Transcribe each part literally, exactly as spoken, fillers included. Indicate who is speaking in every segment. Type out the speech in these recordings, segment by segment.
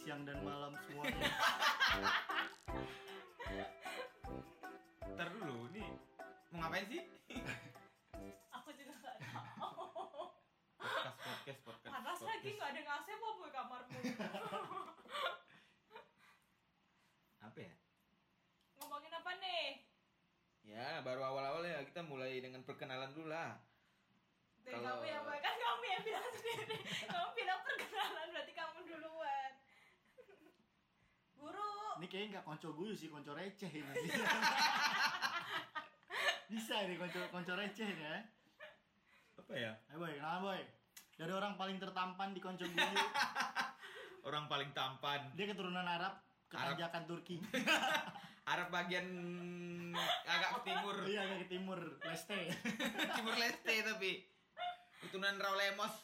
Speaker 1: siang dan malam semuanya.
Speaker 2: Ntar dulu, nih mau ngapain sih?
Speaker 3: Aku juga nggak tahu.
Speaker 2: Podcast, podcast, podcast.
Speaker 3: Panas
Speaker 2: podcast.
Speaker 3: lagi nggak ada ngasih apa boy kamarmu.
Speaker 2: Apa ya?
Speaker 3: Ngomongin apa nih?
Speaker 2: Ya, baru awal-awal ya kita mulai dengan perkenalan dulu lah.
Speaker 3: Dari
Speaker 2: Kalau-
Speaker 3: kamu yang boy kan kamu yang bilang sendiri. Kamu bilang perkenalan berarti kamu duluan. Guru.
Speaker 1: Ini kayaknya nggak konco guyu sih, konco receh ini. Bisa nih konco konco receh nih ya.
Speaker 2: Apa ya?
Speaker 1: Ayo boy, kenalan boy. Dari orang paling tertampan di konco guyu.
Speaker 2: Orang paling tampan.
Speaker 1: Dia keturunan Arab, ketanjakan Turki.
Speaker 2: Arab bagian agak ke timur.
Speaker 1: Iya, agak ke timur, Leste.
Speaker 2: Timur Leste tapi keturunan Raul Lemos.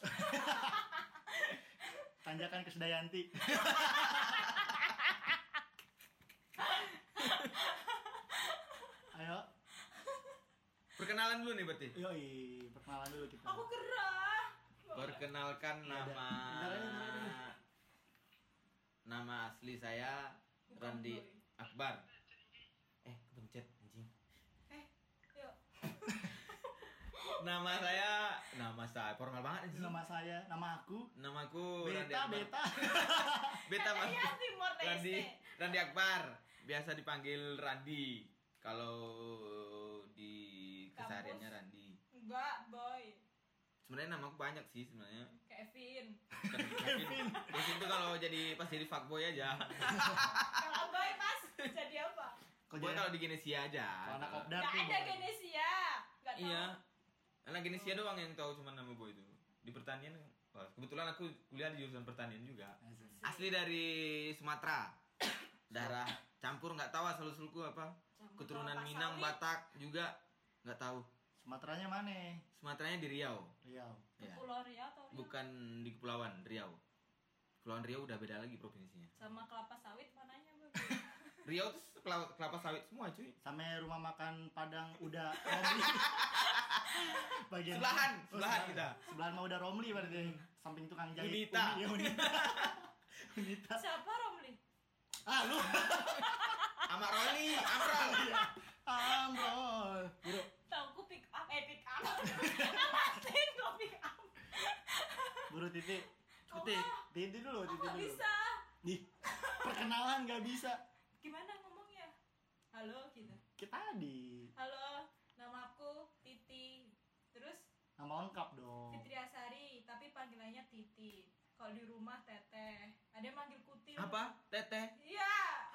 Speaker 1: Tanjakan Kesdayanti. Ayo,
Speaker 2: Perkenalan dulu nih berarti.
Speaker 1: yoi, perkenalan dulu kita.
Speaker 3: Aku gerah.
Speaker 2: Perkenalkan
Speaker 1: Iya,
Speaker 2: nama
Speaker 1: bentar aja, bentar aja.
Speaker 2: nama asli saya
Speaker 3: Bukan
Speaker 2: Randi
Speaker 3: Boy.
Speaker 2: Akbar. Eh, kepencet anjing.
Speaker 3: Eh, yuk.
Speaker 2: Nama saya, nama saya formal banget anjing.
Speaker 1: Nama saya, nama aku
Speaker 2: Namaku Randi
Speaker 1: Beta,
Speaker 2: Akbar.
Speaker 1: Beta.
Speaker 2: Beta Mas.
Speaker 3: Katanya Timor
Speaker 2: Randi
Speaker 3: Leste.
Speaker 2: Randi Akbar. Biasa dipanggil Randi. Kalau di kesehariannya
Speaker 3: Kampus.
Speaker 2: Randi.
Speaker 3: Enggak, boy.
Speaker 2: Sebenarnya namaku banyak sih sebenarnya.
Speaker 3: Kevin.
Speaker 2: Kan Kevin. Kevin tuh kalau jadi pas jadi fuckboy aja.
Speaker 3: Kalau boy pas jadi apa?
Speaker 1: Kok
Speaker 2: Boy
Speaker 1: jadi-
Speaker 2: kalau di Genesia aja.
Speaker 1: Kalau anak kopdar
Speaker 3: Enggak
Speaker 1: tuh,
Speaker 3: ada
Speaker 1: Boy.
Speaker 3: Genesia. Enggak tahu.
Speaker 2: Iya. Anak Genesia doang yang tahu cuma nama Boy itu. Di pertanian, wah, kebetulan aku kuliah di jurusan pertanian juga.
Speaker 1: Asik.
Speaker 2: Asli dari Sumatera. Darah campur nggak tahu asal usulku apa.
Speaker 3: Campur
Speaker 2: Keturunan
Speaker 3: kelapa
Speaker 2: Minang,
Speaker 3: sawit.
Speaker 2: Batak juga nggak tahu.
Speaker 1: Sumateranya mana?
Speaker 2: Sumateranya di Riau.
Speaker 1: Riau.
Speaker 2: Ya.
Speaker 3: Pulau Riau atau Riau?
Speaker 2: Bukan di Kepulauan Riau. Kepulauan Riau udah beda lagi provinsinya.
Speaker 3: Sama kelapa sawit mananya, Boy?
Speaker 2: Riau tuh kelapa, kelapa sawit semua cuy.
Speaker 1: Sampai rumah makan Padang udah Romli. Bagian
Speaker 2: Sebelahan,
Speaker 1: Oh,
Speaker 2: sebelahan kita.
Speaker 1: Sebelahan mau udah Romli berarti. Samping tukang jahit.
Speaker 2: Unita.
Speaker 1: Uni- ya, Unita. Unita.
Speaker 3: Siapa Romli?
Speaker 1: Ah, lu.
Speaker 2: Amak Roli, Amrol.
Speaker 1: Amrol. Bro,
Speaker 3: Tahu ku pick up, eh pick up. Amatin kok pick up.
Speaker 1: buru titik.
Speaker 3: Kok
Speaker 1: Titik.
Speaker 3: nggak?
Speaker 1: Titik dulu,
Speaker 3: Aku
Speaker 1: titik
Speaker 3: nggak
Speaker 1: dulu.
Speaker 3: bisa.
Speaker 1: Nih, perkenalan nggak bisa.
Speaker 3: Gimana ngomongnya? Halo gitu.
Speaker 1: Kita tadi.
Speaker 3: Halo, namaku Titi. Terus
Speaker 1: Nama lengkap dong.
Speaker 3: Fitri Asari, tapi panggilannya Titi. Kalau di rumah Teteh. Ada yang manggil Kutil.
Speaker 2: Apa? Teteh.
Speaker 3: Iya.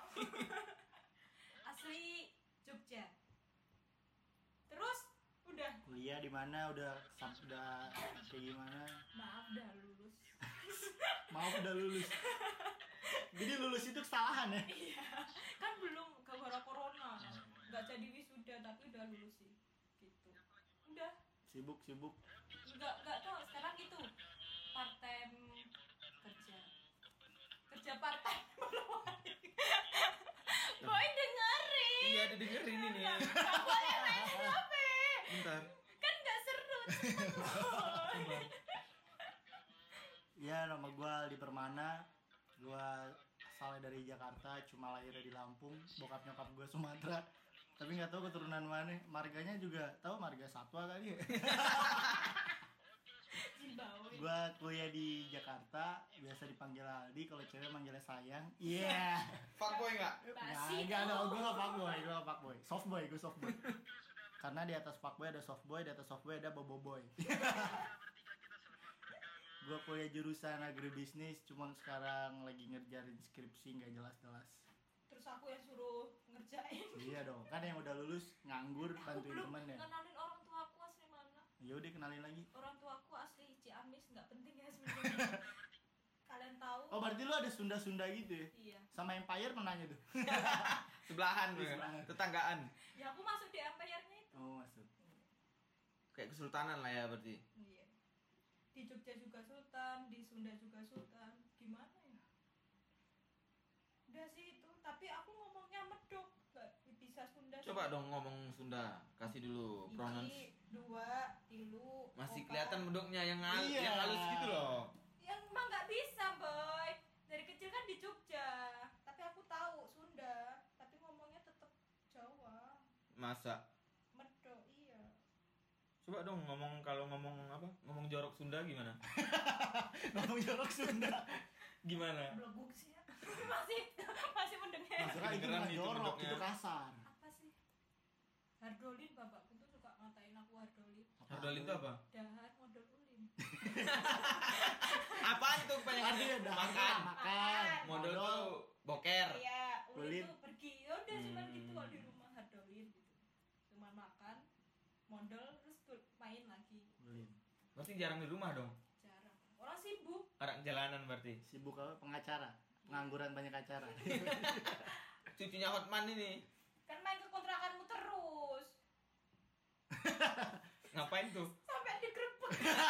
Speaker 3: Asli Jogja. Terus udah.
Speaker 1: Kuliah di mana udah sam- udah kayak gimana?
Speaker 3: Maaf dah lulus.
Speaker 1: Maaf udah lulus. Jadi lulus itu kesalahan ya?
Speaker 3: Iya. Kan belum gara-gara corona. Nggak jadi wisuda tapi udah lulus sih. Gitu. Udah.
Speaker 1: Sibuk, sibuk.
Speaker 3: Enggak, enggak tahu sekarang itu part time kerja. Kerja part time. Boy dengerin.
Speaker 2: Iya, didengerin ini.
Speaker 3: Enggak boleh mainin H P.
Speaker 2: Bentar.
Speaker 3: Kan enggak seru. cepet, Boy.
Speaker 1: Ya, nama gue Aldi Permana. Gue asalnya dari Jakarta, cuma lahirnya di Lampung. Bokap nyokap gue Sumatera. Tapi nggak tahu keturunan mana. Marganya juga tahu marga Satwa kali ya.
Speaker 3: Zimbabwe.
Speaker 1: Gue kuliah di Jakarta, biasa dipanggil Aldi. Kalau cewek manggilnya sayang. Iya. Yeah.
Speaker 2: Fuckboy nggak?
Speaker 3: Basi
Speaker 1: Nggak, nggak,
Speaker 3: tuh.
Speaker 1: gue gak fuckboy, gue gak fuckboy. Softboy, gue softboy. Karena di atas fuckboy ada softboy, di atas softboy ada boboiboy. Gue kuliah jurusan agribisnis, cuma sekarang lagi ngerjain skripsi nggak jelas-jelas.
Speaker 3: Terus aku yang suruh ngerjain.
Speaker 1: Iya dong, kan yang udah lulus nganggur
Speaker 3: Aku
Speaker 1: bantuin
Speaker 3: belum
Speaker 1: temen ya.
Speaker 3: kenalin orang tua aku asli mana.
Speaker 1: Ya udah kenalin lagi.
Speaker 3: Orang tua aku asli Ciamis, nggak penting ya sebenarnya. Kalian tahu?
Speaker 1: Oh berarti lu ada Sunda-Sunda gitu ya?
Speaker 3: Iya.
Speaker 1: Sama Empire menanya tuh.
Speaker 2: Sebelahan,
Speaker 1: Sebelahan.
Speaker 2: tetanggaan.
Speaker 3: Ya aku masuk di empire-nya itu.
Speaker 1: Oh maksud.
Speaker 2: Kayak kesultanan lah ya berarti.
Speaker 3: Iya. Di Jogja juga sultan, di Sunda juga sultan. Gimana ya? Udah sih itu, tapi aku ngomongnya medok, nggak bisa Sunda.
Speaker 2: Coba dong ngomong Sunda, kasih dulu pronounce.
Speaker 3: Iji, dua, tilu.
Speaker 2: Masih
Speaker 3: opat.
Speaker 2: kelihatan medoknya yang hal
Speaker 1: Iya.
Speaker 2: yang halus gitu loh.
Speaker 3: Yang emang nggak bisa, boy. Dari kecil kecil kan di Jogja, tapi aku tahu Sunda, tapi ngomongnya tetap Jawa.
Speaker 2: Masa?
Speaker 3: Medok, iya.
Speaker 2: Coba dong ngomong, kalau ngomong apa? Ngomong jorok Sunda gimana?
Speaker 1: Ngomong jorok Sunda.
Speaker 2: Gimana?
Speaker 3: Belebuk sih ya. masih masih mendengar.
Speaker 1: Maksudnya itu
Speaker 2: Kedengeran
Speaker 1: nggak
Speaker 2: itu
Speaker 1: jorok,
Speaker 2: bentuknya.
Speaker 1: itu kasar.
Speaker 3: Apa sih? Hardolin, bapakku tuh suka ngatain aku hardolin.
Speaker 2: Hardolin itu apa?
Speaker 3: Dahar modal ulin.
Speaker 2: Apaan itu kebanyakan?
Speaker 1: Artinya dah
Speaker 2: Makan.
Speaker 1: makan.
Speaker 2: Modal tuh boker.
Speaker 3: Iya, ulin
Speaker 1: Ulin.
Speaker 3: tuh pergi. Ya udah cuman
Speaker 2: Hmm.
Speaker 3: gitu kalau di rumah hardolin gitu. Cuman makan, modal terus tuh main lagi.
Speaker 1: Ulin.
Speaker 2: Berarti jarang di rumah dong.
Speaker 3: Jarang. Orang sibuk.
Speaker 2: Anak jalanan berarti.
Speaker 1: Sibuk apa? Pengacara. Pengangguran banyak acara.
Speaker 2: Cucunya Hotman ini.
Speaker 3: Kan main ke kontrakanmu terus.
Speaker 2: Ngapain tuh?
Speaker 3: Sampai digerebek.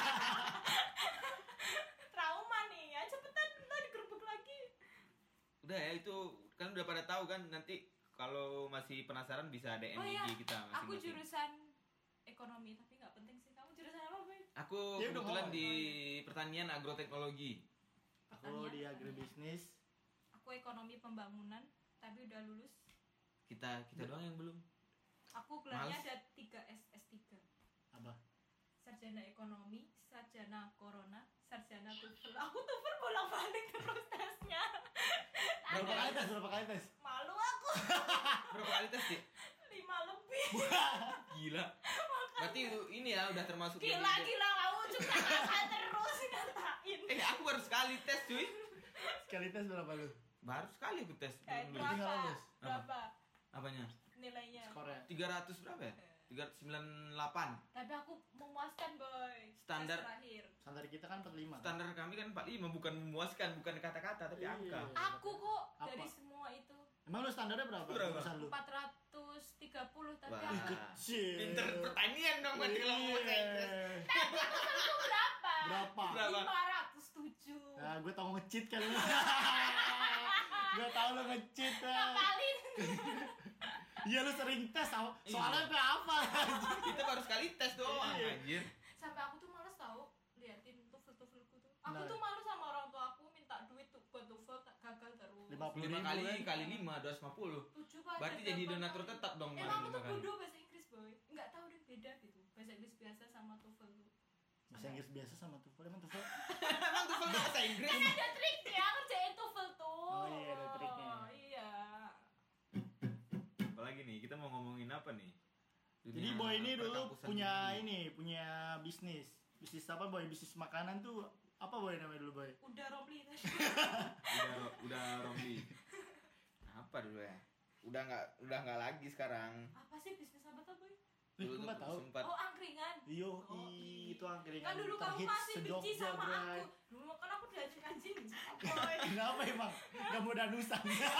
Speaker 3: Trauma nih ya, cepetan lo digerebek lagi.
Speaker 2: Udah ya, itu kan udah pada tahu kan, nanti kalau masih penasaran bisa D M
Speaker 3: Oh
Speaker 2: I
Speaker 3: iya,
Speaker 2: G kita
Speaker 3: aku
Speaker 2: masing-masing.
Speaker 3: jurusan ekonomi tapi nggak penting sih. Kamu jurusan apa, Boy?
Speaker 2: Aku
Speaker 1: Ya udah
Speaker 2: kebetulan
Speaker 1: ngomong.
Speaker 2: di pertanian agroteknologi.
Speaker 1: Aku di agribisnis.
Speaker 3: Aku ekonomi pembangunan tapi udah lulus.
Speaker 2: Kita kita doang yang belum.
Speaker 3: Aku gelarnya
Speaker 2: Males.
Speaker 3: ada tiga S, S tiga.
Speaker 1: Apa?
Speaker 3: Sarjana ekonomi, sarjana corona, sarjana TOEFL. Aku TOEFL bolak-balik terus tesnya.
Speaker 1: Berapa
Speaker 3: Ada-
Speaker 1: kali tes? Berapa kali tes?
Speaker 3: Malu aku.
Speaker 2: Berapa kali tes sih?
Speaker 3: Lima lebih.
Speaker 2: Gila. Berarti ini ya udah termasuk yang-
Speaker 3: Gila-gila kamu juga kakak terus ngatain.
Speaker 2: Eh aku baru sekali tes cuy.
Speaker 1: Sekali tes berapa lu?
Speaker 2: Baru sekali aku tes.
Speaker 3: Eh,
Speaker 2: Belum
Speaker 1: Berarti
Speaker 2: lulus.
Speaker 1: nggak
Speaker 3: berapa?
Speaker 1: lulus?
Speaker 3: Berapa
Speaker 2: Apanya?
Speaker 3: nilainya?
Speaker 1: Skornya.
Speaker 2: tiga ratus berapa ya? tiga ratus sembilan puluh delapan.
Speaker 3: Tapi aku memuaskan, Boy.
Speaker 2: Standar.
Speaker 3: Tes terakhir.
Speaker 1: Standar kita kan empat puluh lima.
Speaker 2: Standar kami kan empat puluh lima, bukan memuaskan, bukan kata-kata tapi
Speaker 1: Iya.
Speaker 2: angka.
Speaker 3: Aku kok
Speaker 1: Apa?
Speaker 3: dari semua itu
Speaker 1: Emang lu standarnya berapa?
Speaker 2: Berapa?
Speaker 1: Jurusan lu?
Speaker 3: empat ratus tiga puluh tapi
Speaker 2: Wah.
Speaker 3: aku
Speaker 1: Kecil.
Speaker 2: Pinter pertanian dong berarti kalau mau bahasa Inggris.
Speaker 3: aku berapa?
Speaker 1: Berapa?
Speaker 2: Berapa?
Speaker 3: lima ratus tujuh.
Speaker 1: Nah, gue tau nge-cheat kan lu. Gue tau lu nge-cheat. ah.
Speaker 3: Ngapalin.
Speaker 1: Iya lu sering tes, so-
Speaker 2: Iya.
Speaker 1: soalnya gue apa?
Speaker 2: Kita baru sekali tes doang
Speaker 1: Iya.
Speaker 2: anjir.
Speaker 3: Sampai aku tuh males tau liatin TOEFL-TOEFLku tuh. Aku
Speaker 1: Nah.
Speaker 3: tuh malu sama orang tua aku minta duit tuh buat TOEFL gagal terus.
Speaker 1: lima puluh
Speaker 2: lima
Speaker 1: ribu
Speaker 2: kali
Speaker 1: kan?
Speaker 2: kali lima dua ratus lima puluh.
Speaker 3: tujuh pak.
Speaker 2: Berarti jadi donatur tetap dong
Speaker 3: Emang
Speaker 2: baru
Speaker 3: aku
Speaker 2: lima
Speaker 3: tuh
Speaker 2: kali.
Speaker 3: bodoh bahasa Inggris, Boy. Enggak tahu deh beda gitu. Bahasa Inggris biasa sama TOEFL tuh.
Speaker 1: Bahasa Inggris biasa sama TOEFL, emang TOEFL?
Speaker 2: Emang tuh bahasa Inggris.
Speaker 3: Kan ada triknya ngerjain TOEFL tuh.
Speaker 1: Oh iya, ada triknya.
Speaker 3: Iya.
Speaker 2: Apalagi nih, kita mau ngomongin apa nih?
Speaker 1: Jadi
Speaker 2: Dunia
Speaker 1: Boy ini dulu
Speaker 2: perkampusan
Speaker 1: punya
Speaker 2: dulu.
Speaker 1: ini, punya bisnis. Bisnis apa Boy? Bisnis makanan tuh apa Boy namanya dulu Boy?
Speaker 3: Udah Robli tadi.
Speaker 2: Udah ro- udah Romli. Apa dulu ya? Udah nggak udah nggak lagi sekarang.
Speaker 3: Apa sih bisnis apa tuh, Boy?
Speaker 1: Ih,
Speaker 2: Dulu
Speaker 1: gue
Speaker 2: tuh
Speaker 1: nggak tahu.
Speaker 2: sempat
Speaker 3: Oh, angkringan.
Speaker 1: Iyo,
Speaker 3: Oh,
Speaker 1: ih,
Speaker 3: iya.
Speaker 1: itu angkringan
Speaker 3: Kan dulu kamu
Speaker 1: terhits
Speaker 3: masih benci
Speaker 1: se-Jogja,
Speaker 3: sama
Speaker 1: Bray.
Speaker 3: aku. Dulu kan aku diajak anjing. Boy.
Speaker 1: Kenapa emang? Gak mau danusan.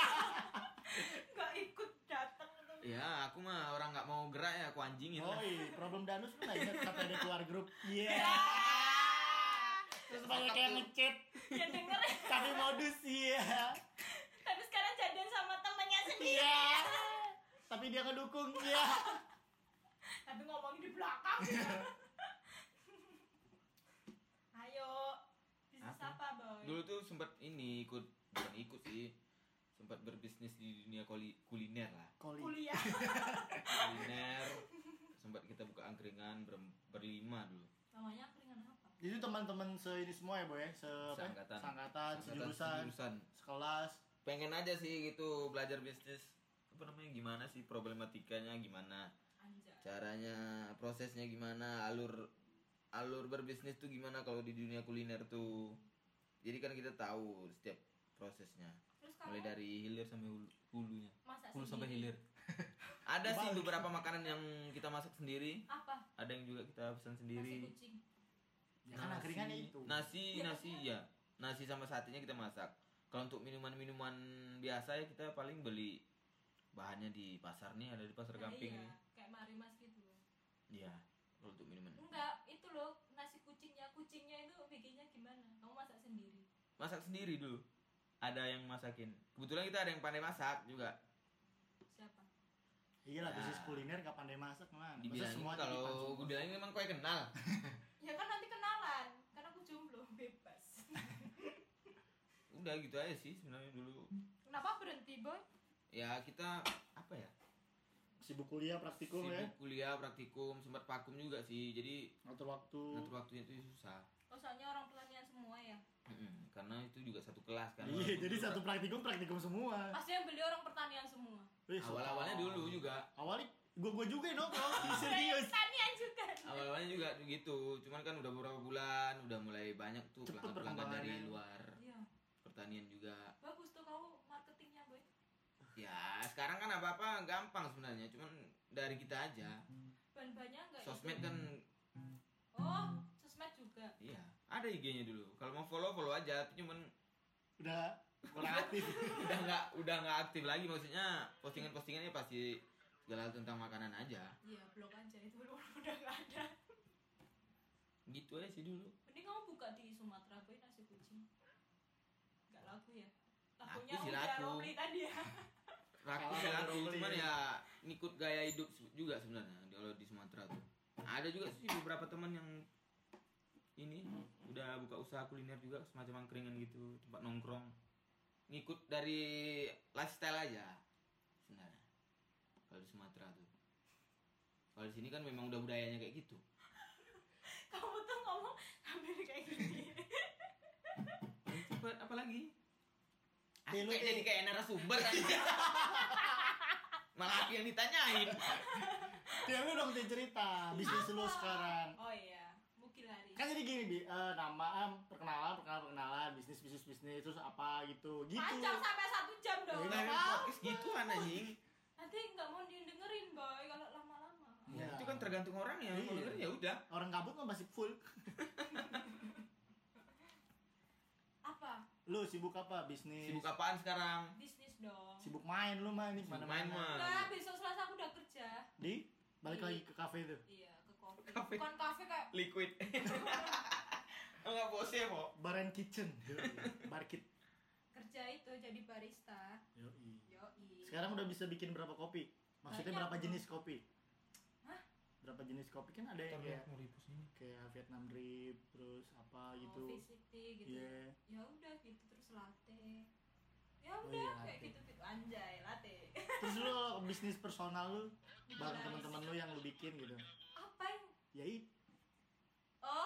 Speaker 3: Enggak ikut datang tuh.
Speaker 2: ya aku mah orang nggak mau gerak ya aku anjingin lah.
Speaker 1: Oh iya, problem danus lu gak inget sampai dia keluar grup. Iya.
Speaker 3: Ya.
Speaker 1: Terus banyak yang ngechat.
Speaker 3: Ya denger.
Speaker 1: Kami modus, iya.
Speaker 3: Tapi sekarang jadian sama temennya sendiri.
Speaker 1: Iya. Tapi dia ngedukung, iya.
Speaker 3: Tapi ngomongin di belakang. Ayo. Bisnis
Speaker 2: Apa?
Speaker 3: apa, Boy?
Speaker 2: Dulu tuh sempat ini ikut bukan ikut sih. Sempat berbisnis di dunia kuli- kuliner lah.
Speaker 1: Koli.
Speaker 3: Kuliah.
Speaker 2: Kuliner. Sempat kita buka angkringan ber- berlima dulu.
Speaker 3: Namanya angkringan apa?
Speaker 1: Itu teman-teman se ini semua ya, Boy ya? Se apa?
Speaker 2: Seangkatan.
Speaker 1: Seangkatan,
Speaker 2: Angkatan
Speaker 1: sejurusan,
Speaker 2: sejurusan.
Speaker 1: sekelas.
Speaker 2: Pengen aja sih gitu belajar bisnis. Apa namanya gimana sih problematikanya gimana?
Speaker 3: Anjay.
Speaker 2: Caranya, prosesnya gimana, alur alur berbisnis tuh gimana kalau di dunia kuliner tuh. Jadi kan kita tahu setiap prosesnya.
Speaker 3: Terus
Speaker 2: Mulai
Speaker 3: kamu
Speaker 2: dari hilir sampai hulu, hulunya.
Speaker 3: masak
Speaker 2: Hulu sampai
Speaker 3: sendiri?
Speaker 2: hilir. Ada sih
Speaker 1: Dibalik.
Speaker 2: beberapa makanan yang kita masak sendiri,
Speaker 3: Apa?
Speaker 2: ada yang juga kita pesan
Speaker 3: Nasi
Speaker 2: sendiri.
Speaker 3: kucing.
Speaker 1: Ya kan angkringannya itu.
Speaker 2: Nasi,
Speaker 3: Ya,
Speaker 2: nasi ya. Nasi sama satenya kita masak. Kalau untuk minuman-minuman biasa ya kita paling beli bahannya di pasar nih, ada di pasar
Speaker 3: Nah,
Speaker 2: Gamping
Speaker 3: iya.
Speaker 2: nih.
Speaker 3: Kayak Marimas gitu loh.
Speaker 2: Iya, kalau untuk minuman.
Speaker 3: Enggak, itu loh nasi kucingnya. Kucingnya itu bikinnya gimana? Kamu masak sendiri.
Speaker 2: Masak sendiri dulu. Ada yang masakin. Kebetulan kita ada yang pandai masak juga.
Speaker 3: Siapa?
Speaker 1: Iya lah,
Speaker 2: Ya.
Speaker 1: bisnis kuliner gak pandai masak mana. Masa
Speaker 2: Dibilangin
Speaker 1: semua
Speaker 2: kalau
Speaker 1: titipan
Speaker 2: gue
Speaker 1: semua.
Speaker 2: bilangin memang kue kenal.
Speaker 3: Ya kan nanti kenalan. Kan aku jomblo, bebas.
Speaker 2: udah gitu aja sih sebenarnya dulu.
Speaker 3: Kenapa berhenti, Boy?
Speaker 2: Ya kita apa ya?
Speaker 1: Sibuk kuliah, praktikum
Speaker 2: Sibuk
Speaker 1: ya.
Speaker 2: kuliah, praktikum, sempat vakum juga sih. Jadi
Speaker 1: Ngatur waktu.
Speaker 2: ngatur waktunya itu susah.
Speaker 3: Oh, soalnya orang pertanian semua ya.
Speaker 2: Mm-mm, karena itu juga satu kelas kan.
Speaker 1: Iya,
Speaker 2: Walaupun
Speaker 1: jadi
Speaker 2: juga-
Speaker 1: satu praktikum praktikum semua.
Speaker 3: Pasti yang beli orang pertanian semua.
Speaker 1: Wih, so-
Speaker 2: awal-awalnya dulu juga.
Speaker 1: Awalnya gua gua juga yang nongkrong. Serius.
Speaker 3: Pertanian juga.
Speaker 2: Awal-awalnya juga gitu. Cuman kan udah beberapa bulan udah mulai banyak tuh
Speaker 1: Cepet
Speaker 2: pelanggan-pelanggan dari
Speaker 1: perkembangannya.
Speaker 2: luar.
Speaker 3: Iya.
Speaker 2: Pertanian juga.
Speaker 3: Bagus tuh kamu marketingnya, Boy.
Speaker 2: Ya, sekarang kan apa-apa gampang sebenarnya. Cuman dari kita aja.
Speaker 3: Bahan-bahannya enggak
Speaker 2: Sosmed
Speaker 3: itu.
Speaker 2: kan
Speaker 3: Oh, sosmed juga.
Speaker 2: iya, ada I G-nya dulu. Kalau mau follow follow aja, cuman
Speaker 1: Udah kurang aktif.
Speaker 2: udah nggak udah nggak aktif lagi, maksudnya postingan-postingannya pasti segala hal tentang makanan aja.
Speaker 3: Iya, blog aja itu udah enggak ada.
Speaker 2: Gitu aja sih dulu.
Speaker 3: Mending kamu buka di Sumatera, Boy, nasi kucing. Enggak laku ya? Lakunya
Speaker 2: Laku sih,
Speaker 3: udah
Speaker 2: laku.
Speaker 3: Romli tadi ya.
Speaker 2: Raku
Speaker 1: Kalau
Speaker 2: sih
Speaker 1: ada
Speaker 2: laku,
Speaker 1: brokoli
Speaker 2: cuman
Speaker 1: ya.
Speaker 2: ya ngikut gaya hidup su- juga sebenarnya di- kalau di Sumatera tuh. Ada juga sih beberapa teman yang ini udah buka usaha kuliner juga, semacam angkringan gitu, tempat nongkrong. Ngikut dari lifestyle aja sebenarnya. Kalau di Sumatera tuh. Kalau di sini kan memang udah budayanya kayak gitu.
Speaker 3: Kamu tuh ngomong hampir kayak gini.
Speaker 2: Cepet, apa lagi? Aku
Speaker 1: Eh, lu,
Speaker 2: kayak
Speaker 1: eh.
Speaker 2: jadi kayak narasumber aja. Malah aku yang ditanyain.
Speaker 1: Ya lu dong Ti, cerita bisnis lu sekarang.
Speaker 3: Oh iya, Mukilari.
Speaker 1: Kan jadi gini, Bi, eh, nama, em, perkenalan, perkenalan, perkenalan, bisnis, bisnis, bisnis, terus apa gitu, gitu.
Speaker 3: Panjang sampai satu jam dong.
Speaker 1: Ya,
Speaker 2: Nah,
Speaker 1: apa?
Speaker 2: podcast gituan anjing.
Speaker 3: Nanti nggak mau didengerin, Boy, kalau lama-lama.
Speaker 2: Ya,
Speaker 1: Ya.
Speaker 2: itu kan tergantung orang ya.
Speaker 1: Iya.
Speaker 2: Kalau dengerin ya udah.
Speaker 1: Orang gabut mah masih full.
Speaker 3: Apa?
Speaker 1: Lu sibuk apa? Bisnis.
Speaker 2: Sibuk apaan sekarang?
Speaker 3: Bisnis dong.
Speaker 1: Sibuk main lu mah nih
Speaker 2: Sibuk
Speaker 1: mana
Speaker 2: main mah.
Speaker 3: Nah, besok Selasa aku udah kerja.
Speaker 1: Di balik
Speaker 3: Di-
Speaker 1: lagi ke kafe itu.
Speaker 3: Iya, ke kopi.
Speaker 2: Kafe.
Speaker 3: Bukan kafe kayak
Speaker 2: Liquid. Enggak bosnya kok.
Speaker 1: Bar and kitchen. Bar kit.
Speaker 3: kerja itu jadi barista.
Speaker 1: Yoi.
Speaker 3: Yoi.
Speaker 1: Sekarang udah bisa bikin berapa kopi? Maksudnya
Speaker 3: Banyak,
Speaker 1: berapa
Speaker 3: Bro.
Speaker 1: jenis kopi?
Speaker 3: Hah?
Speaker 1: Berapa jenis kopi kan ada yang kayak kayak Vietnam drip, terus apa gitu.
Speaker 3: Oh, V C T gitu.
Speaker 1: Iya.
Speaker 3: Ya udah gitu, terus latte. Ya
Speaker 1: Oh
Speaker 3: udah
Speaker 1: iya,
Speaker 3: kayak
Speaker 1: latte.
Speaker 3: gitu-gitu anjay, latte.
Speaker 1: Terus lu bisnis personal lu bareng
Speaker 3: Gila,
Speaker 1: teman-teman lu yang lu bikin gitu.
Speaker 3: Apa yang
Speaker 1: Ya itu.
Speaker 3: Oh.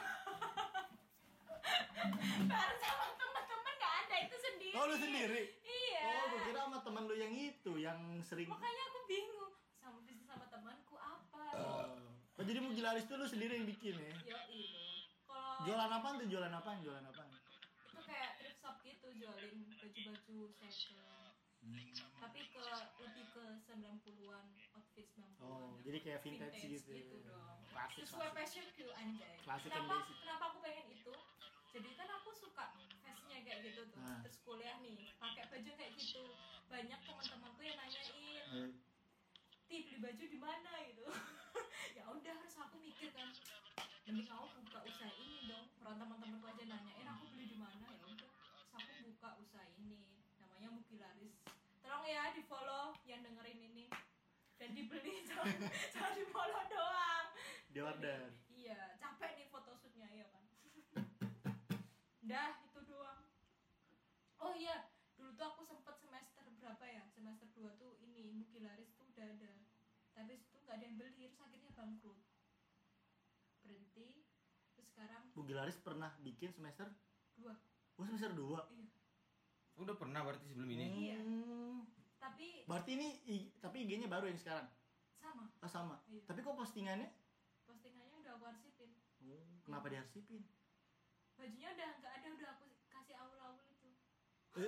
Speaker 3: Bareng sama teman-teman nggak ada, itu sendiri.
Speaker 1: Oh lu sendiri?
Speaker 3: Iya.
Speaker 1: Oh gua kira sama temen lu yang itu, yang sering.
Speaker 3: Makanya aku bingung sama bisnis sama temanku apa.
Speaker 1: Oh jadi Mugilaris tuh lu sendiri yang bikin ya?
Speaker 3: Yo itu. Kalau
Speaker 1: Jualan apaan tuh? Jualan apaan? Jualan apaan?
Speaker 3: itu kayak thrift shop gitu, jualin baju-baju second. Tapi ke lebih ke sembilan puluhan, outfit sembilan puluhan.
Speaker 1: Oh, jadi kayak vintage gitu.
Speaker 3: gitu dong.
Speaker 1: Klasik,
Speaker 3: Sesuai
Speaker 1: klasik.
Speaker 3: fashionku anjay.
Speaker 1: Klasik and
Speaker 3: kenapa
Speaker 1: basic.
Speaker 3: kenapa aku pengen itu? Jadi kan aku suka fashionnya kayak gitu tuh.
Speaker 1: Nah.
Speaker 3: Terus kuliah nih, pakai baju kayak gitu. Banyak teman-temanku yang nanyain,
Speaker 1: Eh,
Speaker 3: "Ti, beli baju di mana?" gitu. Ya udah, harus aku mikir kan. Mending aku buka usaha ini dong. Orang teman-temanku aja nanyain aku beli di mana, ya udah. Terus aku buka usaha ini. Namanya Mugilaris. Tolong ya di follow yang dengerin ini dan dibeli, jangan jangan di follow doang.
Speaker 1: Di order.
Speaker 3: Iya, capek nih photoshootnya ya kan. Dah itu doang. Oh iya, dulu tuh aku sempet semester berapa ya? Semester dua tuh ini Mugilaris tuh udah ada. Tapi itu nggak ada yang beli, terus akhirnya bangkrut. Berhenti. Terus sekarang
Speaker 1: Mugilaris pernah bikin semester?
Speaker 3: dua.
Speaker 1: Oh semester dua.
Speaker 3: Iya.
Speaker 2: Udah pernah berarti sebelum ini.
Speaker 3: Iya.
Speaker 1: Hmm.
Speaker 3: Tapi
Speaker 1: Berarti ini I- tapi I G-nya baru yang sekarang?
Speaker 3: sama,
Speaker 1: Oh sama.
Speaker 3: Iya.
Speaker 1: Tapi kok postingannya?
Speaker 3: postingannya udah aku arsipin.
Speaker 1: Oh, kenapa diarsipin?
Speaker 3: Bajunya udah nggak ada, udah aku kasih awal-awal itu.
Speaker 1: Eh,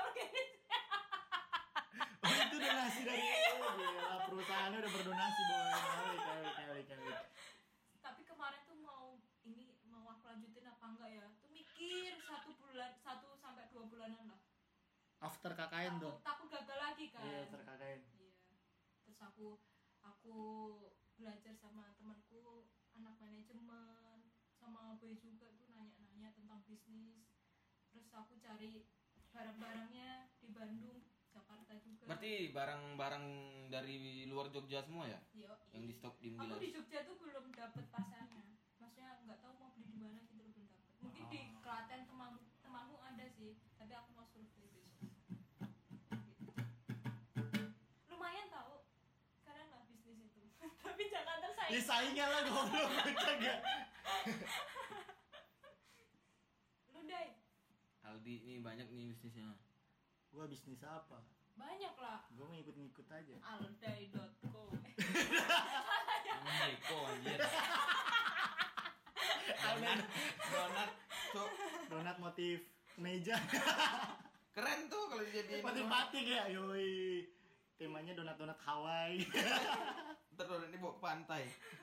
Speaker 1: oh itu donasi dari oh, gila, perusahaannya udah berdonasi boy. Kali kali kali kali.
Speaker 3: Tapi kemarin tuh mau ini mau aku lanjutin apa enggak ya? Tuh mikir satu bulan, satu sampai dua bulanan lah.
Speaker 1: After K K N
Speaker 3: Takut
Speaker 1: tuh.
Speaker 3: takut gagal lagi kan.
Speaker 1: Iya, after K K N.
Speaker 3: Iya. Terus aku aku belajar sama temanku anak manajemen, sama Boy juga tuh nanya-nanya tentang bisnis. Terus aku cari barang-barangnya di Bandung, Jakarta juga.
Speaker 2: Berarti barang-barang dari luar Jogja semua ya?
Speaker 3: Yo,
Speaker 2: Yang di stok di
Speaker 3: aku di
Speaker 2: Mugilaris.
Speaker 3: Jogja tuh belum dapet pasarnya. Maksudnya nggak tahu mau beli di mana gitu, belum dapet. Mungkin di Klaten temanmu temanmu ada sih, tapi Ada aku mau survei besok. Gitu. Lumayan tahu. Keren lah bisnis itu. Tapi jangan
Speaker 1: Ya
Speaker 3: tersaing.
Speaker 1: saingnya lah goblok kagak.
Speaker 3: Lu Dai,
Speaker 2: Aldi ini banyak nih bisnisnya.
Speaker 1: Gua bisnis apa?
Speaker 3: banyak lah.
Speaker 1: Gua mau ngikut-ngikut aja.
Speaker 3: aldai dot co.
Speaker 2: Emang Deko anjir. Donat, donat, cok.
Speaker 1: Donat motif meja.
Speaker 2: Keren tuh kalau jadi
Speaker 1: Motif batik ya, yoi. Temanya donat-donat Hawaii.
Speaker 2: Ntar donat ini bawa ke pantai.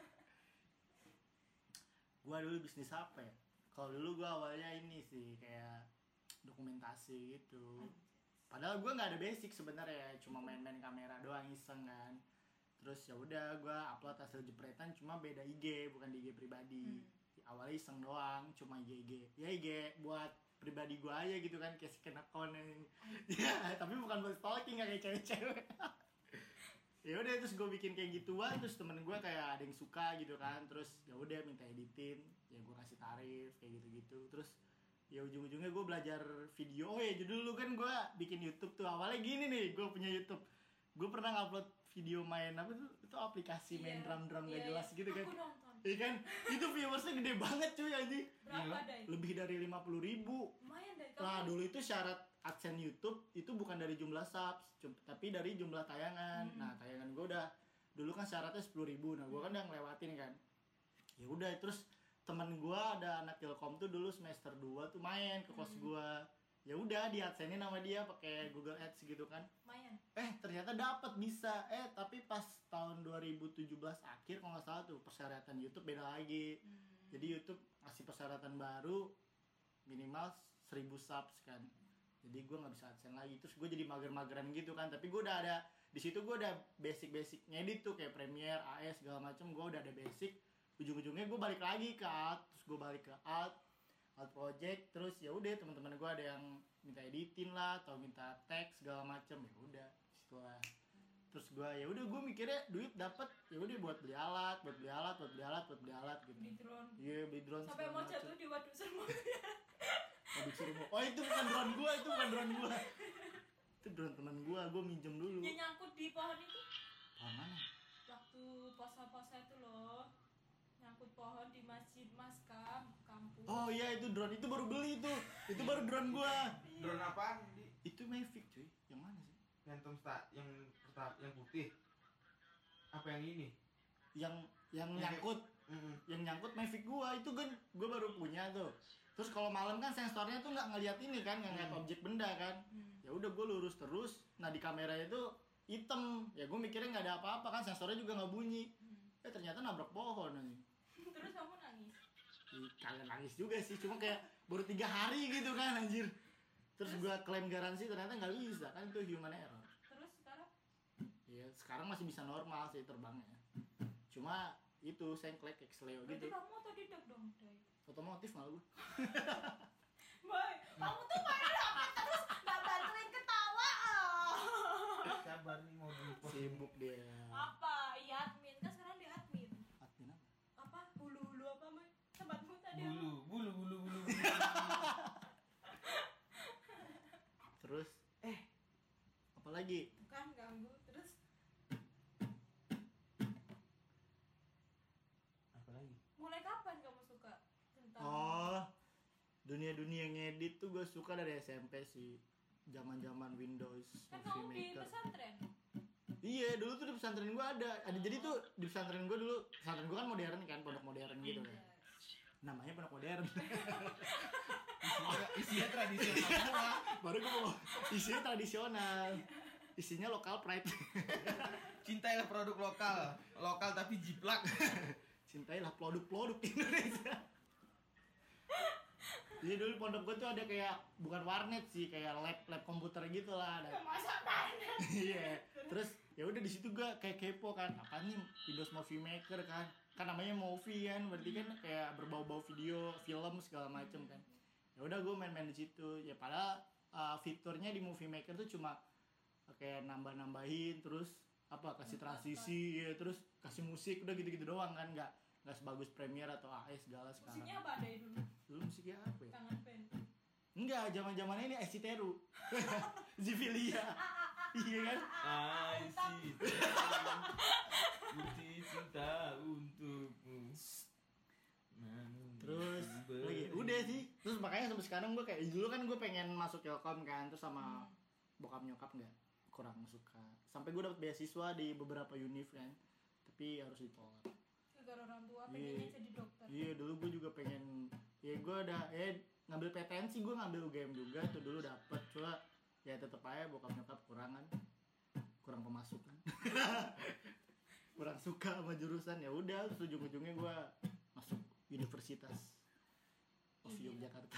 Speaker 1: Gua dulu bisnis apa ya? Kalau dulu gua awalnya ini sih kayak dokumentasi gitu. Padahal gua nggak ada basic sebenarnya, cuma main-main kamera doang iseng kan. Terus ya udah gua upload hasil jepretan cuma beda I G, bukan di I G pribadi. Awalnya iseng doang, cuma I G I G. Ya I G buat pribadi gua aja gitu kan, kayak scan account. Ya, tapi bukan buat stalking kayak cewek-cewek. Ya udah terus gue bikin kayak gituan, terus temen gue kayak ada yang suka gitu kan, terus ya udah minta editin, ya gue kasih tarif kayak gitu-gitu. Terus ya ujung-ujungnya gue belajar video. Oh ya judul dulu kan gue bikin YouTube tuh awalnya gini nih, gue punya YouTube, gue pernah ngupload video main apa tuh, itu aplikasi main
Speaker 3: Iya,
Speaker 1: drum-drum gak
Speaker 3: iya,
Speaker 1: jelas
Speaker 3: iya.
Speaker 1: gitu kan.
Speaker 3: Aku nonton.
Speaker 1: Iya kan, itu viewersnya gede banget cuy anjing,
Speaker 3: Berapa Dai?
Speaker 1: lebih dari lima puluh ribu.
Speaker 3: Lumayan Dai.
Speaker 1: Nah
Speaker 3: Kamu
Speaker 1: dulu itu syarat AdSense YouTube itu bukan dari jumlah subs, cum- tapi dari jumlah tayangan.
Speaker 3: Hmm.
Speaker 1: Nah tayangan gue udah dulu kan syaratnya sepuluh ribu, nah gue kan udah ngelewatin kan. Ya udah terus temen gue ada anak Telkom tuh dulu semester dua tuh main ke kos gue. Ya udah di AdSense-in nama dia pakai Google Ads gitu kan.
Speaker 3: lumayan.
Speaker 1: Eh ternyata dapat bisa. Eh tapi pas tahun dua ribu tujuh belas akhir kalau nggak salah tuh persyaratan YouTube beda lagi.
Speaker 3: Hmm.
Speaker 1: Jadi YouTube ngasih persyaratan baru minimal seribu subs kan. Jadi gue nggak bisa AdSense lagi. Terus gue jadi mager-mageran gitu kan. Tapi gue udah ada di situ, gue udah basic-basic ngedit tuh kayak Premiere, A S segala macem. Gue udah ada basic. Ujung-ujungnya gue balik lagi ke Alt. Terus gue balik ke Alt, Alt Project. Terus ya udah teman-teman gue ada yang minta editin lah atau minta teks segala macem. Ya udah setelah terus gue ya udah gue mikirnya duit dapat, ya udah buat beli alat, buat beli alat, buat beli alat, buat beli alat gitu.
Speaker 3: Di drone.
Speaker 1: Iya beli drone
Speaker 3: Sampai
Speaker 1: segala
Speaker 3: mau
Speaker 1: macem.
Speaker 3: jatuh di waduk semua.
Speaker 1: Waduk Sermo. Oh itu bukan drone gua, itu bukan drone gua. Itu drone teman gua, gua minjem dulu.
Speaker 3: Yang nyangkut di pohon itu
Speaker 1: Pohon mana?
Speaker 3: waktu puasa-puasa itu loh. Nyangkut pohon di masjid Maskam kampus.
Speaker 1: Oh iya itu drone, itu baru beli tuh. Itu baru drone gua.
Speaker 2: Drone apaan? Di
Speaker 1: Itu Mavic cuy. Yang mana sih?
Speaker 2: Phantom Star yang pertama yang putih. Apa yang ini?
Speaker 1: Yang yang
Speaker 2: Yang
Speaker 1: nyangkut,
Speaker 2: Mm-mm.
Speaker 1: yang nyangkut Mavic gua itu kan gua baru punya tuh. Terus kalau malam kan sensornya tuh nggak ngeliat ini kan, nggak ngeliat
Speaker 2: Hmm.
Speaker 1: objek benda kan.
Speaker 3: Hmm.
Speaker 1: Ya udah gua lurus terus. Nah di kamera itu hitam. Ya gua mikirnya nggak ada apa-apa kan, sensornya juga nggak bunyi.
Speaker 3: Hmm.
Speaker 1: Eh ternyata nabrak pohon nih.
Speaker 3: Terus kamu nangis.
Speaker 1: Ih, kagak nangis juga sih, cuma kayak baru tiga hari gitu kan anjir. Terus gua klaim garansi ternyata nggak bisa kan, itu human error.
Speaker 3: Terus sekarang
Speaker 1: Iya sekarang masih bisa normal sih terbangnya, cuma itu sengklek kayak Sleo
Speaker 3: berarti
Speaker 1: gitu.
Speaker 3: kamu otodidak dong, Dai.
Speaker 1: Otomotif malah gua.
Speaker 3: Boy, kamu tuh main H P terus nggak bantuin ketawa. Ah.
Speaker 2: Sabar nih mau di post.
Speaker 1: Sibuk dia.
Speaker 3: Apa? Iya admin kan sekarang di admin.
Speaker 1: Admin apa?
Speaker 3: Apa? Hulu-hulu apa, Boy? Tempatmu tadi apa?
Speaker 2: Bulu, bulu, bulu, bulu, bulu.
Speaker 1: Terus eh apalagi?
Speaker 3: Bukan ganggu. Terus
Speaker 2: Apa lagi?
Speaker 3: mulai kapan kamu suka tentang
Speaker 1: Oh dunia-dunia ngedit tuh gue suka dari S M P sih, zaman-zaman Windows
Speaker 3: kan
Speaker 1: Movie
Speaker 3: kamu di
Speaker 1: Maker.
Speaker 3: pesantren?
Speaker 1: Iya dulu tuh di pesantren gue ada, ada jadi tuh di pesantren gue dulu, pesantren gue kan modern kan, pondok modern gitu kan. Namanya pondok modern.
Speaker 2: Isinya, isinya tradisional semua.
Speaker 1: Baru gue mau isinya tradisional, isinya lokal pride.
Speaker 2: Cintailah produk lokal, lokal tapi jiplak.
Speaker 1: Cintailah produk-produk Indonesia. Jadi dulu pondok gue tuh ada kayak bukan warnet sih, kayak lab lab komputer gitu lah. Ada.
Speaker 3: Masa banget.
Speaker 1: Iya. Terus ya udah di situ gue kayak kepo kan, apa nih Windows Movie Maker kan? Kan namanya movie kan, berarti kan kayak berbau-bau video, film segala macem kan. Ya udah gue main-main di situ. Ya padahal uh, fiturnya di Movie Maker tuh cuma kayak nambah-nambahin, terus apa kasih transisi, ya terus kasih musik, udah gitu-gitu doang kan, nggak nggak sebagus Premiere atau A S segala sekarang.
Speaker 3: Musiknya apa, Dai, dulu?
Speaker 1: Dulu musiknya apa ya?
Speaker 3: Kangen band.
Speaker 1: Enggak, zaman-zaman ini Esiteru. Zivilia. Iya kan?
Speaker 2: I see. Bukti cinta untukmu.
Speaker 1: Terus lagi udah sih. Terus makanya sampai sekarang gue kayak dulu kan gue pengen masuk Telkom kan, terus sama bokap nyokap nggak kurang suka. Sampai gue dapet beasiswa di beberapa univ kan, tapi harus ditolak.
Speaker 3: Gara orang tua
Speaker 1: Iya.
Speaker 3: pengennya jadi dokter.
Speaker 1: Iya, dulu gue juga pengen, ya gue udah eh ngambil P T N sih, gue ngambil U G M juga tuh dulu dapet, cuma ya tetep aja bokap nyokap kurang kan, kurang pemasukan. Kurang suka sama jurusan, ya udah terus ujung-ujungnya gue masuk Universitas of
Speaker 3: Iya.
Speaker 1: Yogyakarta.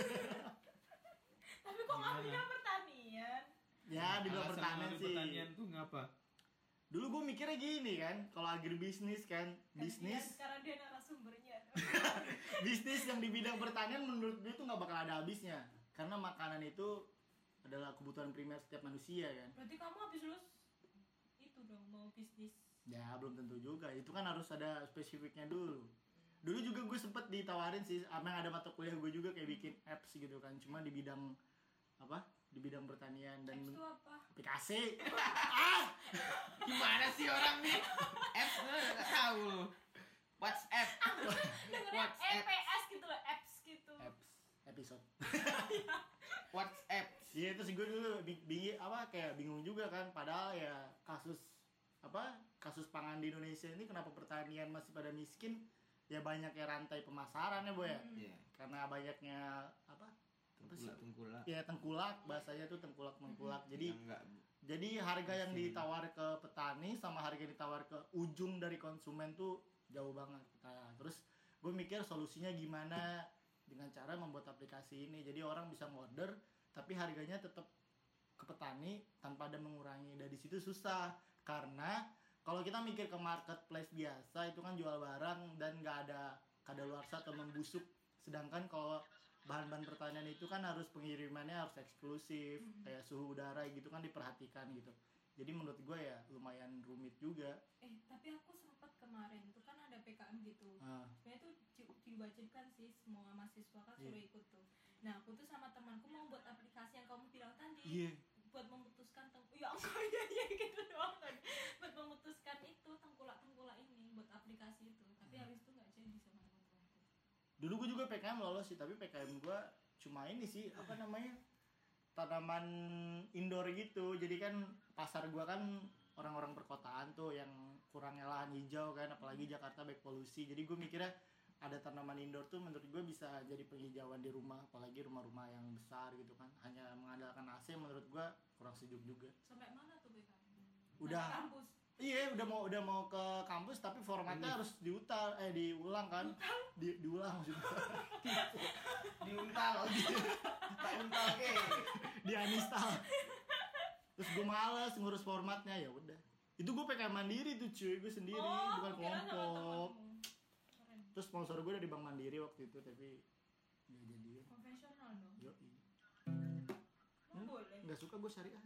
Speaker 3: Tapi kok ngambilnya pertanian?
Speaker 1: Ya di bidang
Speaker 2: Alasan
Speaker 1: pertanian
Speaker 2: ngambil
Speaker 1: sih.
Speaker 2: pertanian tuh ngapa?
Speaker 1: Dulu gue mikirnya gini kan, kalau agribisnis kan,
Speaker 3: Kan
Speaker 1: bisnis
Speaker 3: dia- sekarang dia narasumbernya.
Speaker 1: bisnis yang di bidang pertanian menurut gue tuh nggak bakal ada habisnya, karena makanan itu adalah kebutuhan primer setiap manusia kan.
Speaker 3: Berarti kamu habis lulus itu dong mau bisnis.
Speaker 1: Ya belum tentu juga, itu kan harus ada spesifiknya dulu. Dulu juga gue sempet ditawarin sih, emang ada mata kuliah gue juga kayak bikin apps gitu kan, cuma di bidang apa? Di bidang pertanian dan
Speaker 3: Apps
Speaker 1: men-
Speaker 3: itu apa?
Speaker 1: aplikasi. Ah,
Speaker 2: Gimana sih orang nih? Apps nggak tahu lu. WhatsApp.
Speaker 3: Dengarnya
Speaker 2: WhatsApp.
Speaker 3: E P S gitu loh, apps gitu.
Speaker 1: apps episode.
Speaker 2: WhatsApp.
Speaker 1: Iya itu sih gue dulu bing- bingung apa kayak bingung juga kan, padahal ya kasus apa kasus pangan di Indonesia ini kenapa pertanian masih pada miskin, ya banyaknya rantai pemasaran ya Boy ya,
Speaker 3: Hmm.
Speaker 2: Iya.
Speaker 1: karena banyaknya apa apa sih?
Speaker 2: Tengkulak tengkulak.
Speaker 1: Ya tengkulak, bahasanya tuh tengkulak mengkulak. Jadi
Speaker 2: Yang nggak
Speaker 1: jadi harga yang
Speaker 2: Mesin.
Speaker 1: ditawar ke petani sama harga yang ditawar ke ujung dari konsumen tuh jauh banget. Nah, terus gue mikir solusinya gimana dengan cara membuat aplikasi ini, jadi orang bisa order tapi harganya tetap ke petani tanpa ada mengurangi. Dari situ susah, karena kalau kita mikir ke marketplace biasa itu kan jual barang dan nggak ada kadaluarsa atau membusuk, sedangkan kalau bahan-bahan pertanian itu kan harus pengirimannya harus eksklusif,
Speaker 3: Hmm.
Speaker 1: kayak suhu udara gitu kan diperhatikan gitu. Jadi menurut gue ya lumayan rumit juga.
Speaker 3: Eh, tapi aku sempat kemarin tuh kan ada P K M gitu.
Speaker 1: Ah,
Speaker 3: Sebenarnya tuh di- diwajibkan sih semua mahasiswa kan suruh
Speaker 1: Iya.
Speaker 3: ikut tuh. Nah, aku tuh sama temanku mau buat aplikasi yang kamu bilang tadi.
Speaker 1: iya.
Speaker 3: Buat memutuskan teng ya enggak ya ya gitu doang kan. Buat memutuskan itu tengkulak-tengkulak ini buat aplikasi itu. Tapi habis itu nggak jadi sama teman-temanku.
Speaker 1: Dulu gue juga P K M lolos sih, tapi P K M gue cuma ini sih apa namanya tanaman indoor gitu. Jadi kan pasar gue kan orang-orang perkotaan tuh yang kurangnya lahan hijau kan, apalagi Jakarta banyak polusi. Jadi gue mikirnya ada tanaman indoor tuh menurut gue bisa jadi penghijauan di rumah, apalagi rumah-rumah yang besar gitu kan. Hanya mengandalkan A C menurut gue kurang sejuk juga.
Speaker 3: Sampai mana tuh P K M?
Speaker 1: Udah.
Speaker 3: Sampai kampus.
Speaker 1: Iya, udah mau udah mau ke kampus tapi formatnya
Speaker 2: Ini.
Speaker 1: harus diutar eh diulang kan. Di, diulang maksudnya.
Speaker 2: diuntal. Tak untal ke.
Speaker 1: Di uninstall. Terus gue males ngurus formatnya, ya udah. Itu gue P K M mandiri tuh cuy, gue sendiri,
Speaker 3: Oh,
Speaker 1: bukan
Speaker 3: aku kira sama
Speaker 1: kelompok.
Speaker 3: temanmu. Keren.
Speaker 1: Terus sponsor gue dari Bank Mandiri waktu itu, tapi nggak jadi ya.
Speaker 3: Konvensional dong.
Speaker 1: Yoi.
Speaker 3: Emang boleh.
Speaker 1: Nggak suka gue syariah.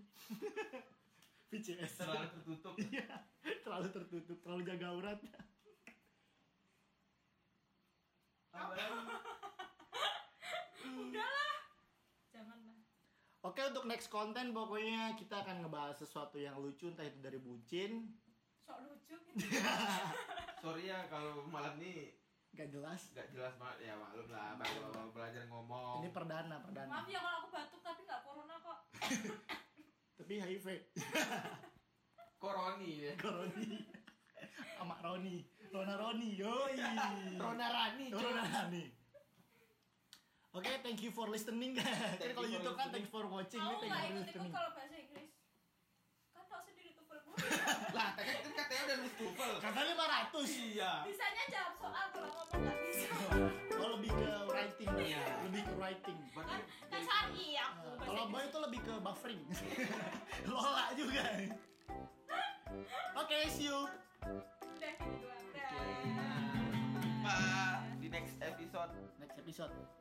Speaker 1: V C S.
Speaker 2: Terlalu tertutup.
Speaker 1: Iya, terlalu tertutup, terlalu jaga aurat.
Speaker 3: Udahlah. Janganlah.
Speaker 1: Oke, untuk next konten pokoknya kita akan ngebahas sesuatu yang lucu, entah itu dari bucin,
Speaker 3: Sok lucu gitu.
Speaker 2: Sorry ya kalau malam ini
Speaker 1: nggak jelas.
Speaker 2: nggak jelas banget ya, maklum lah baru awal belajar ngomong.
Speaker 1: Ini perdana, perdana.
Speaker 3: Maaf ya kalau aku batuk tapi nggak corona kok.
Speaker 1: Tapi H I V,
Speaker 2: Koroni ya.
Speaker 1: Koroni, sama Roni, Rona Roni, yoi.
Speaker 2: Rona Rani.
Speaker 1: Rona Rani. Oke, thank you for listening. Kan
Speaker 2: Thank
Speaker 1: kalau
Speaker 2: you for
Speaker 1: YouTube kan
Speaker 2: listening.
Speaker 1: thanks for watching,
Speaker 3: Mau
Speaker 1: ini thank
Speaker 3: nggak
Speaker 1: you for
Speaker 3: ikut-ikut
Speaker 1: listening.
Speaker 3: kalau bahasa Inggris? Kan tau sendiri tuh gue.
Speaker 2: Lah, tadi kan katanya udah lulus TOEFL.
Speaker 1: Kata lima ratus.
Speaker 2: Iya.
Speaker 3: Bisanya jawab soal kalau ngomong nggak bisa.
Speaker 1: Oh, lebih ke writing.
Speaker 2: Iya.
Speaker 1: Lebih ke writing.
Speaker 3: Kan kan cari aku
Speaker 1: Nah,
Speaker 3: bahasa
Speaker 1: kalau boy
Speaker 3: Inggris.
Speaker 1: itu lebih ke buffering. Lola juga. Oke, see you.
Speaker 3: Udah gitu doang. Udah.
Speaker 2: Pak, di next episode.
Speaker 1: Next episode.